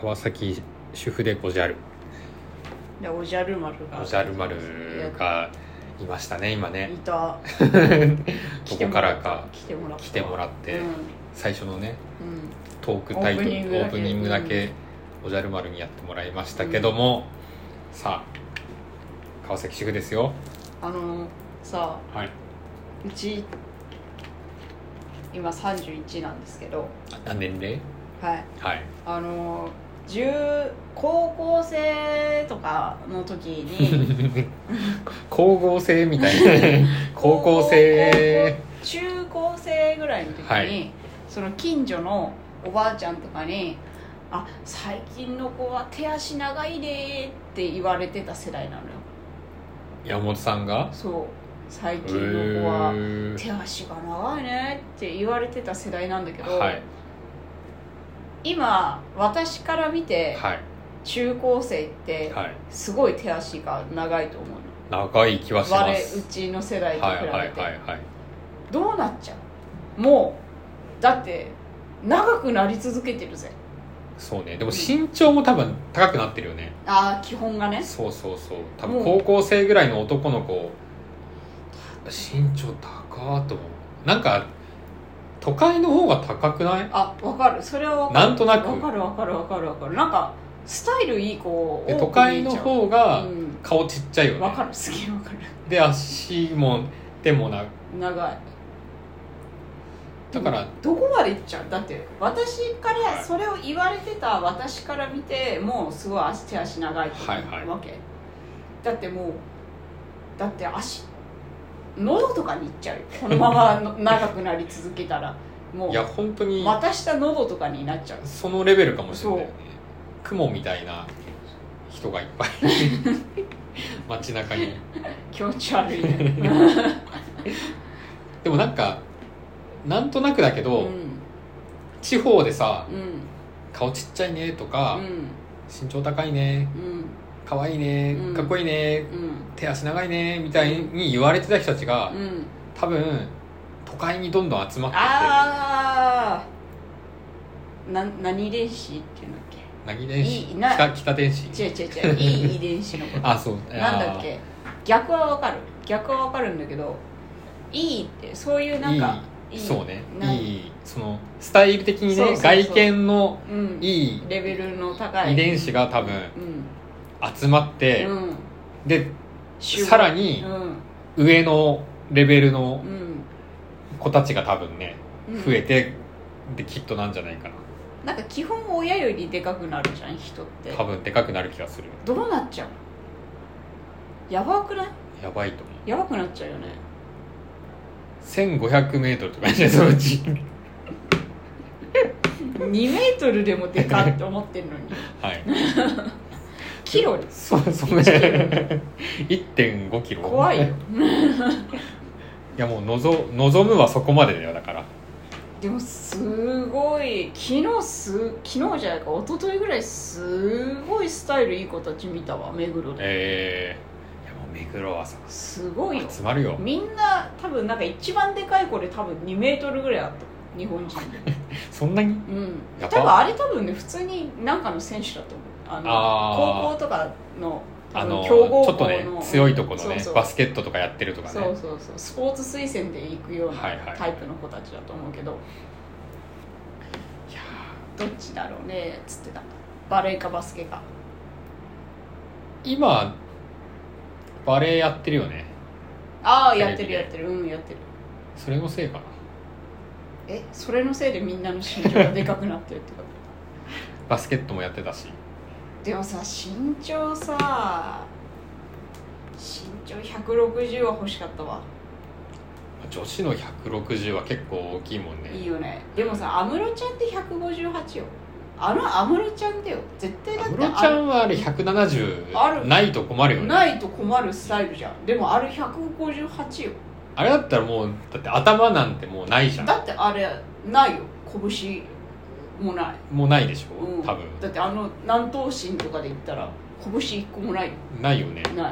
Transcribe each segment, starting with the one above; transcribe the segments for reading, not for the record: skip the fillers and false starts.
川崎主婦でごじゃるでおじゃる丸がいましたね今ね。 いたどこからか来てもらって、最初のね、トークタイトルオープニングだけおじゃる丸にやってもらいましたけども、さあ川崎主婦ですよ。 さあ、はい、うち今31なんですけど。 年齢？ はいはい、高校生とかの時に光合成みたいな高校生中高生ぐらいの時に、はい、その近所のおばあちゃんとかに最近の子は手足長いねって言われてた世代なのよ。 山本さんが？そう、 最近の子は手足が長いねって言われてた世代なんだけど、はい、今私から見て、はい、中高生ってすごい手足が長いと思うの。 長い気はします。 うちの世代と比べて、 はいはいはいはい、 どうなっちゃう？もうだって長くなり続けてるぜ。 そうね。でも身長も多分高くなってるよね。 基本がね。 そうそうそう。多分高校生ぐらいの男の子身長高ーと思う。なんか都会の方が高くない？ わかる。それはわかる。 なんとなく。 わかる。なんかスタイルいい子都会の方が顔ちっちゃいよね。 わかる。すげえわかる。 で足も手も長い。 だからどこまでいっちゃう？だって私からそれを言われてた私から見てもうすごい手足長いってわけ、はいはい、だってもう喉とかにいっちゃうよ。このまま長くなり続けたらもういや本当にまた下喉とかになっちゃう。 そのレベルかもしれないよね。雲みたいな人がいっぱい街中に気持ち悪いねでもなんとなくだけど、地方でさ、顔ちっちゃいねとか、身長高いね、可愛いね、かっこいいね、手足長いねみたいに言われてた人たちが、多分都会にどんどん集まってきて、 何遺伝子っていうんだっけ？ 何遺伝子？北電子？ 違ういい遺伝子のことそうなんだっけ？逆はわかるんだけど、いいってそういうなんかそうね、いいそのスタイル的にね、外見のいいレベルの高い遺伝子が多分集まって、でさらに上のレベルの子たちが多分ね増えて、できっとなんじゃないかな。 なんか基本親よりでかくなるじゃん人って。 多分でかくなる気がする。 どうなっちゃう？やばくない？ やばいと思う。 やばくなっちゃうよね。 1500メートルとかね、そのうち 2メートルでもでかって思ってるのにはいキロです。 そうね1.5 キロ怖いよいやもう望むはそこまでだよ。だからでもすごい昨日じゃないか一昨日ぐらいすごいスタイルいい子たち見たわ、目黒で。 目黒はさすごいよ、 集まるよ。 みんな多分なんか一番でかい子で多分2メートルぐらいあった、日本人でそんなに？ 多分あれ多分ね普通になんかの選手だと思う。高校とかの強豪校のちょっとね強いところのね、バスケットとかやってるとかね、 そうスポーツ推薦で行くようなタイプの子たちだと思うけど、いやどっちだろうねっつってた。バレーかバスケか。 今バレーやってるよね。 やってるやってる。 それのせいかな。 それのせいでみんなの身長がでかくなってるってことバスケットもやってたし。 でもさ身長160は欲しかったわ。 女子の160は結構大きいもんね。 いいよね。でもさ安室ちゃんって158よ。安室ちゃんだよ絶対。だって安室ちゃんはあれ170ないと困るよね。 ないと困るスタイルじゃん。でもあれ158よ。 あれだったらもうだって頭なんてもうないじゃん。 だってあれないよ、拳もない。 もうないでしょ、多分。 だって南東進とかで言ったら拳1個もない。 ないよね。 ない。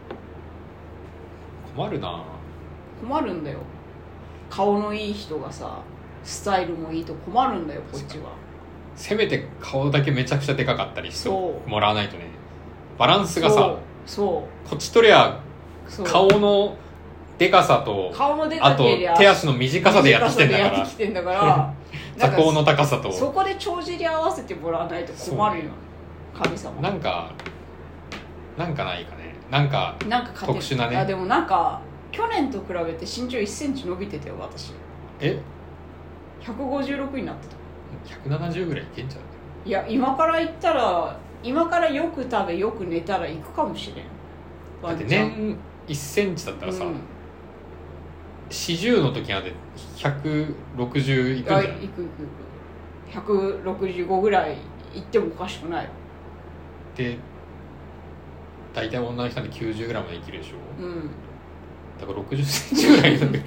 困るな。 困るんだよ。顔のいい人がさスタイルもいいと困るんだよこっちは。 せめて顔だけめちゃくちゃでかかったりしてもらわないとね、バランスがさ、こっちとりゃ顔のでかさとあと手足の短さでやってきてんだから座高の高さとそこで帳尻合わせてもらわないと困るよ、神様。 なんかないかね、なんか特殊なね。 あ、でもなんか去年と比べて身長1センチ伸びてたよ私。156になってた。170ぐらいいけんじゃん。 いや、今から言ったら、今からよく食べよく寝たら行くかもしれん。 だって年1センチだったらさ、40の時なんて160いくんじゃない？ いく165ぐらいいってもおかしくない。 で大体女の人で90ぐらいまで生きるでしょ。だから60センチぐらいの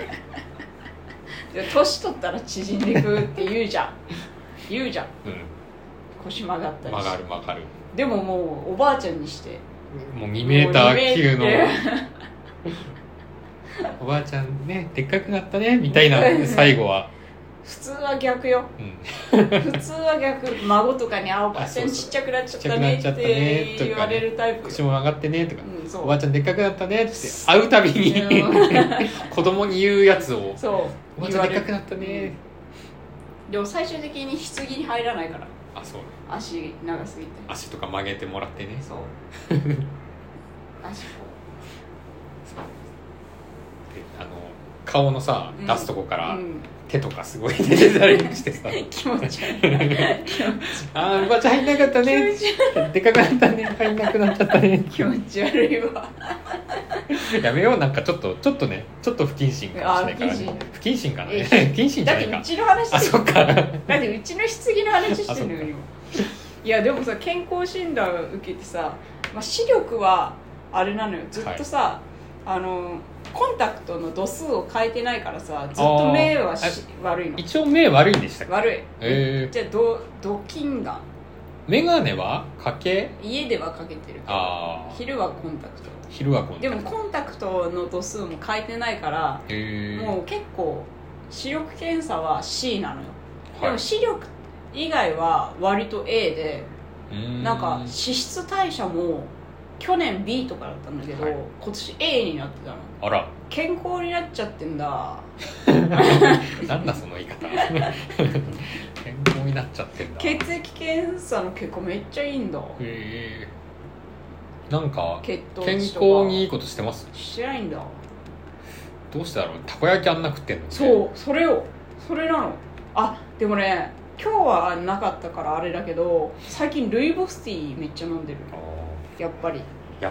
年取ったら縮んでいくって言うじゃん腰曲がったり曲がる。 でももうおばあちゃんにしてもう2メーター級のおばあちゃんね、でっかくなったねみたいな最後は普通は逆よ、普通は逆。孫とかにおばあちゃんちっちゃくなっちゃったねって言われるタイプ。 口も曲がってねとか、おばあちゃんでっかくなったねって会うたびに子供に言うやつを、おばあちゃんでっかくなったね。 でも最終的に棺に入らないから。 そうね。 足長すぎて足とか曲げてもらってね。 そう足こうで顔のさ、出すとこから手とかすごい出てたりしてさ気持ち悪いおばあちゃん入んなかったね、でかくなったね、入んなくなっちゃったね気持ち悪いわやめよう。なんかちょっとね、ちょっと不謹慎かもしれないからね。不謹慎かな、不謹慎じゃないか。 だってうちの話してる。 そっか。だってうちの棺の話してるのよいやでもさ、健康診断受けてさ、視力はあれなのよ、ずっとさ、コンタクトの度数を変えてないからさ、ずっと目は悪いの。 一応目悪いんでしたっけ？ 悪い。じゃあドキンガン。 メガネはかけ？ 家ではかけてるけど、昼はコンタクト。でもコンタクトの度数も変えてないから、もう結構視力検査は C なのよ、でも視力以外は割と A で、なんか脂質代謝も去年 B とかだったんだけど、今年 A になってたの。 あら、 健康になっちゃってんだなんだその言い方健康になっちゃってんだ。 血液検査の結果めっちゃいいんだ。 なんか健康にいいことしてます？ してないんだ。 どうしてだろう。たこ焼きあんな食ってんの？ そう、それなの。でもね、今日はなかったからあれだけど、最近ルイボスティーめっちゃ飲んでる。やっぱり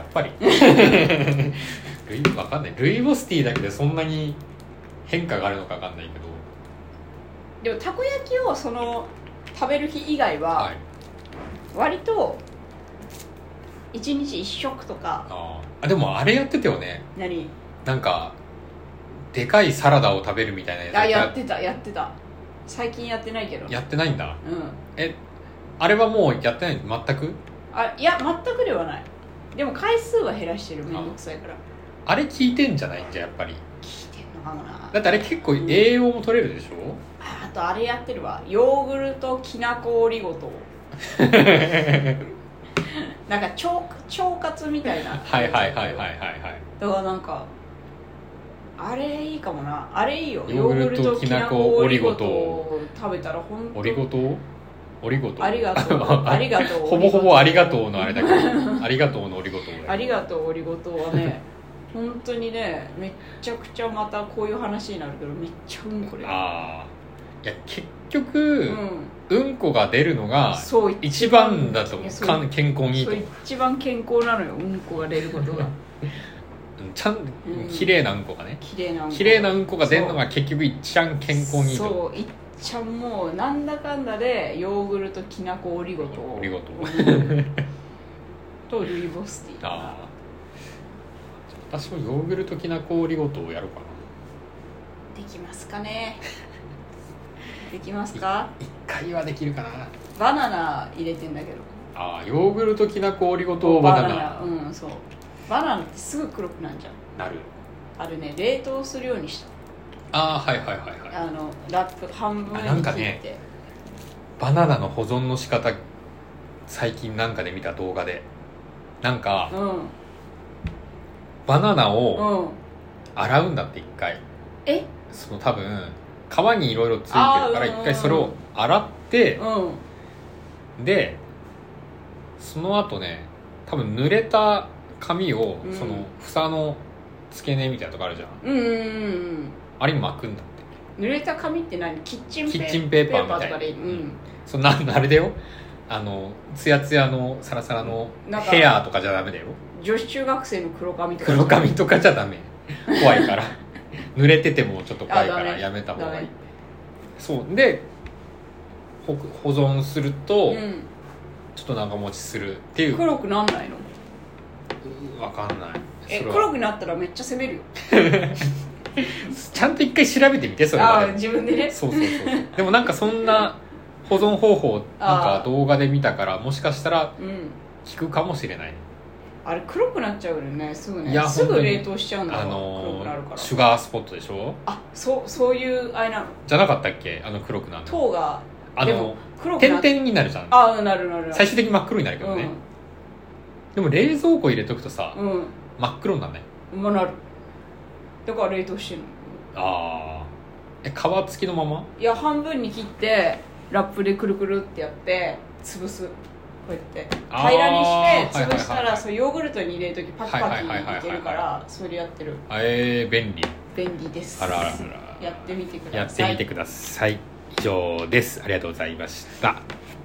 わかんない。ルイボスティーだけでそんなに変化があるのかわかんないけど、 でもたこ焼きを食べる日以外は割と1日1食とか。 でもあれやってたよね。 何？ なんかでかいサラダを食べるみたいなやつ。 やってた。最近やってないけど。 やってないんだ。あれはもうやってないの？全く？ いや全くではない。でも回数は減らしてる。めんどくさいから。 あれ効いてんじゃないんじゃ、やっぱり。効いてんのかもな。 だってあれ結構栄養も取れるでしょ。 あとあれやってるわ、ヨーグルトきなこオリゴ糖なんか腸活みたいな。 はいだからなんかあれいいかもな。あれいいよ。 ヨーグルトきなこオリゴ糖を食べたら本当。 オリゴ糖ありがとうほぼほぼありがとうのあれだけどありがとうのオリゴ糖。 ありがとうオリゴ糖はね本当にね、めっちゃくちゃ、またこういう話になるけどめっちゃこれ。いや結局、うんこが出るのが一番だと思う。健康にいいと。 一番健康なのよ、うんこが出ることが綺麗なうんこがね、綺麗なうんこが出るのが結局一番健康にいいと。 そう、一番もうなんだかんだでヨーグルトきなこオリゴ糖とルイボスティーかな。 私もヨーグルトきなこオリゴ糖をやろうかな。 できますかねできますか。 一回はできるかな。 バナナ入れてんだけど。 ヨーグルトきなこオリゴ糖バナナ。 そう。バナナってすぐ黒くなるじゃん。 なる。 あれね、冷凍するようにした。 はいラップ半分に切って。 なんかね、 バナナの保存の仕方最近なんかで見た動画でなんか、バナナを洗うんだって一回。その多分皮にいろいろついてるから一回それを洗って、でその後ね多分濡れた紙をその房の付け根みたいなとこあるじゃん、あれに巻くんだって。 濡れた紙って何？キッチンペーパーみたいな。 そんなあれだよ、ツヤツヤのサラサラのヘアとかじゃダメだよ。 女子中学生の黒紙とか。 黒紙とかじゃダメ。怖いから濡れててもちょっと怖いからやめた方がいい。そうで保存すると、ちょっと長持ちするっていう。 黒くなんないの？ わかんない。 黒くなったらめっちゃ攻めるよちゃんと一回調べてみてそれは。 自分でね。 そうでもなんかそんな保存方法なんか動画で見たからもしかしたら効くかもしれない。 あれ黒くなっちゃうよねすぐね。すぐ冷凍しちゃうんだよ、黒くなるから。 シュガースポットでしょ。 そういうあれなのじゃなかったっけ、黒くなるの。 糖がでも点々になるじゃん。 なる最終的に真っ黒になるけどね、でも冷蔵庫入れとくとさ、真っ黒になるね。 なる。だから冷凍してるの。 皮付きのまま？ いや半分に切ってラップでくるくるってやって潰す。こうやって平らにして潰したらヨーグルトに入れるときパキパキいけるからそれやってる。 便利です。 あらやってみてください。 やってみてください。以上です。ありがとうございました。